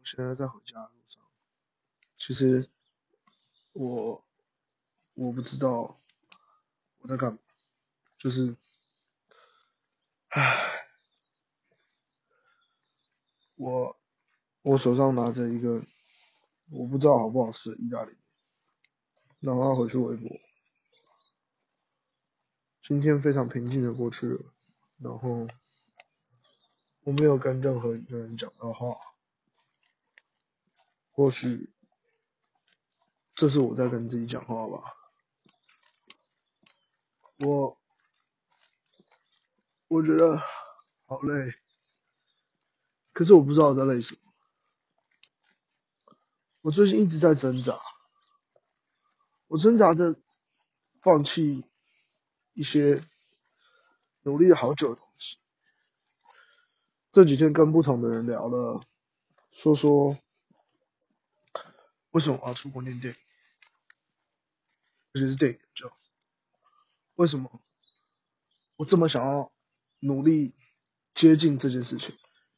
现在在回家的路上。其实我不知道我在干嘛，就是唉，我手上拿着一个我不知道好不好吃的意大利面，然后要回去微波。今天非常平静的过去了，然后我没有跟任何一个人讲到话，或许这是我在跟自己讲话吧。我觉得好累，可是我不知道我在累什么。我最近一直在挣扎，我挣扎着放弃一些努力了好久的东西。这几天跟不同的人聊了，说为什么我要出国念电影，而且是电影研究？为什么我这么想要努力接近这件事情？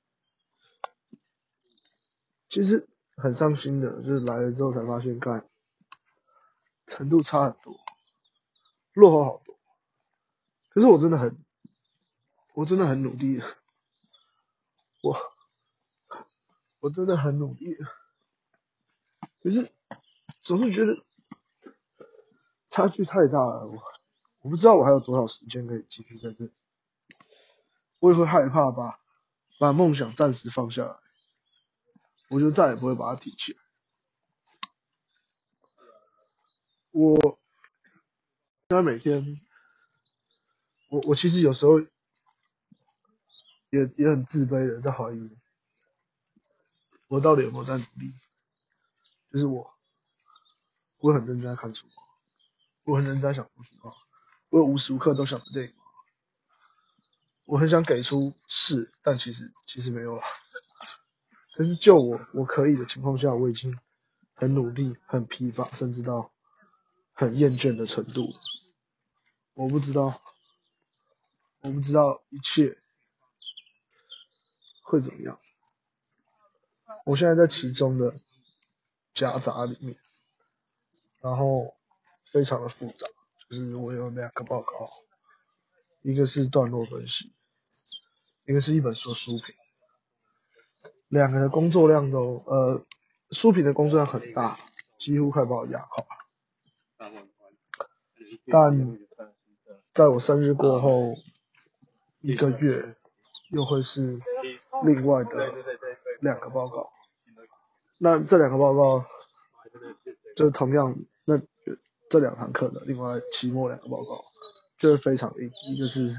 其实很伤心的，就是来了之后才发现，干程度差很多，落后好多。可是我真的很努力，我我真的很努力，可是总是觉得差距太大了。我不知道我还有多少时间可以继续在这里，我也会害怕把梦想暂时放下来，我就再也不会把它提起来。我现在每天，我其实有时候也很自卑的在怀疑我到底有没有在努力，就是我很认真在看书吗？我很认真在想故事吗？我有无时无刻都想着电影吗？我很想给出是，但其实没有啦。可是就我可以的情况下，我已经很努力、很疲乏，甚至到很厌倦的程度了。我不知道，我不知道一切会怎么样。我现在在其中的夹杂里面，然后非常的复杂，就是我有两个报告，一个是段落分析，一个是一本书的书评，两个的工作量都书评的工作量很大，几乎快把我压垮。但在我生日过后一个月，又会是另外的两个报告。那这两个报告就是同样，那这两堂课的另外期末两个报告，就是非常硬。一个是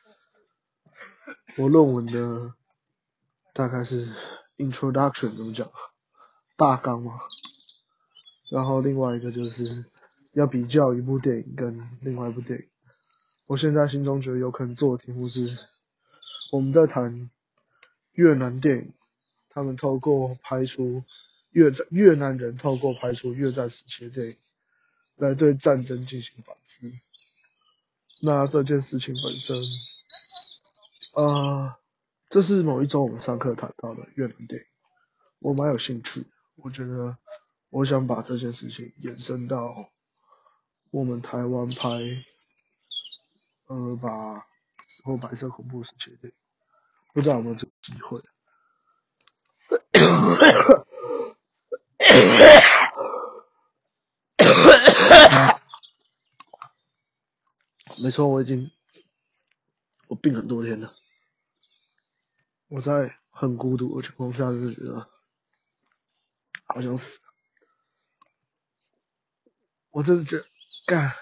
我论文的大概是 introduction 怎么讲，大纲嘛。然后另外一个就是要比较一部电影跟另外一部电影。我现在心中觉得有可能做的题目是，我们在谈越南电影，他们透过拍出越南人透过拍出越战时期的电影，来对战争进行反思。那这件事情本身，这是某一周我们上课谈到的越南电影，我蛮有兴趣。我觉得我想把这件事情延伸到我们台湾拍把时候白色恐怖时期的电影，不知道有没有这个机会。没错，我病很多天了，我在很孤独的情况下，就是觉得好想死。我真的觉得，干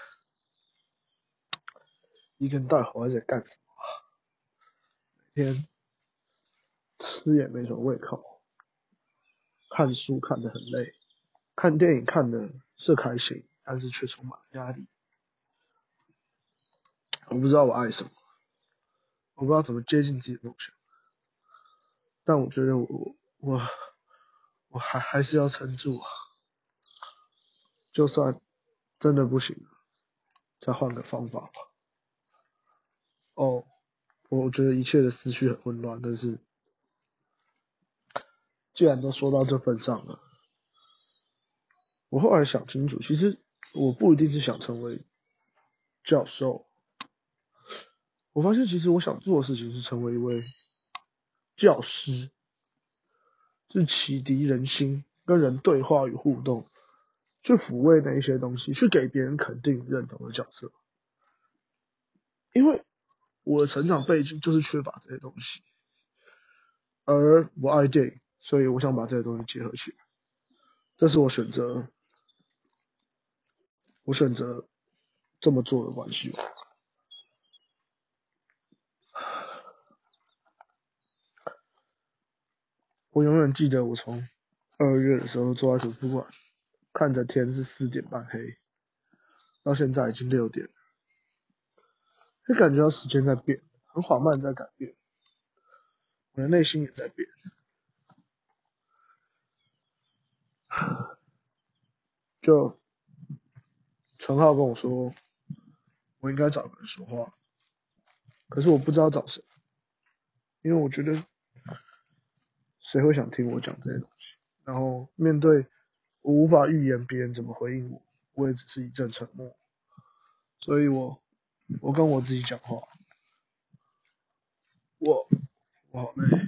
一个人到底活在这里干什么？每天吃也没什么胃口，看书看得很累，看电影看的是开心，但是却充满压力。我不知道我爱什么，我不知道怎么接近自己的梦想，但我觉得我还是要撑住啊，就算真的不行了，再换个方法吧。我觉得一切的思绪很混乱，但是既然都说到这份上了，我后来想清楚，其实我不一定是想成为教授，我发现其实我想做的事情是成为一位教师，是启迪人心，跟人对话与互动，去抚慰那一些东西，去给别人肯定认同的角色。因为我的成长背景就是缺乏这些东西，而我爱电影，所以我想把这些东西结合起来。这是我选择这么做的关系。我永远记得我从2月的时候坐在图书馆，看着天是4点半黑，到现在已经6点，会感觉到时间在变，很缓慢在改变，我的内心也在变。就陈浩跟我说，我应该找个人说话，可是我不知道找谁，因为我觉得谁会想听我讲这些东西？然后面对我无法预言别人怎么回应我，我也只是一阵沉默。所以我跟我自己讲话，我好累，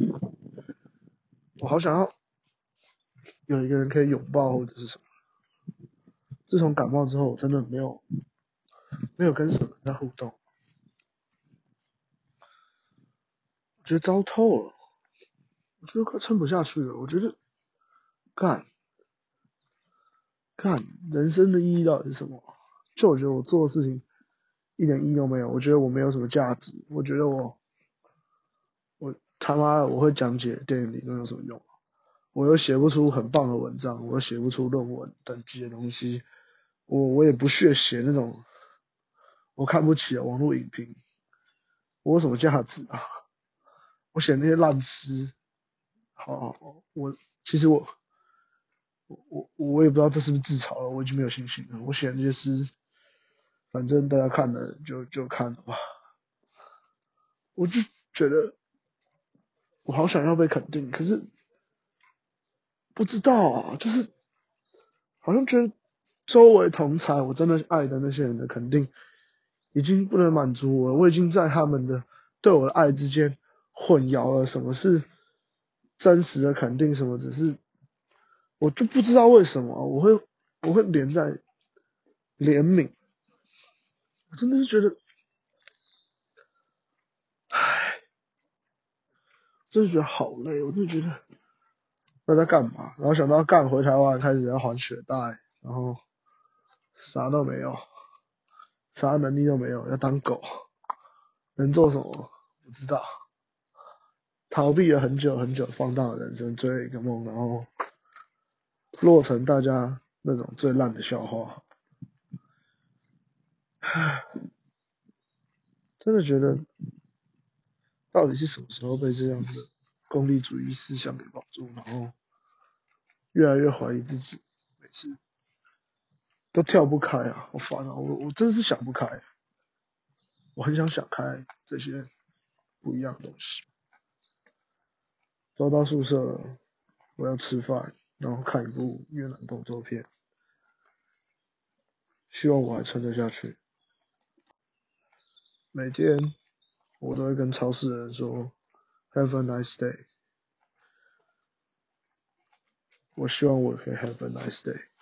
我好想要有一个人可以拥抱或者是什么。自从感冒之后，我真的没有跟什么人在互动，我觉得糟透了，我觉得快撑不下去了。我觉得干人生的意义到底是什么？就我觉得我做的事情一点意义都没有，我觉得我没有什么价值，我觉得我他妈的我会讲解电影理论有什么用？我又写不出很棒的文章，我又写不出论文等级的东西，我也不屑写那种我看不起的网络影评，我有什么价值啊？我写那些烂诗，好，其实我也不知道这是不是自嘲了，我已经没有信心了。我写的那些诗，反正大家看了就看了吧。我就觉得我好想要被肯定，可是不知道啊，就是好像觉得周围同才我真的爱的那些人的肯定已经不能满足我了，我已经在他们的对我的爱之间混淆了什么是真实的肯定，什么只是我就不知道为什么我会连在怜悯，我真的是觉得，唉，真的觉得好累，我真的觉得不知道在干嘛，然后想到干回台湾开始要还学贷，然后啥都没有，啥能力都没有，要当狗，能做什么不知道，逃避了很久很久，放荡的人生，追了一个梦，然后落成大家那种最烂的笑话，唉，真的觉得到底是什么时候被这样的功利主义思想给绑住，然后越来越怀疑自己，每次都跳不开啊，好烦啊！我真是想不开，我很想想开这些不一样的东西。走到宿舍了，我要吃饭，然后看一部越南动作片，希望我还撑得下去。每天我都会跟超市的人说 "Have a nice day"，我希望我可以 Have a nice day。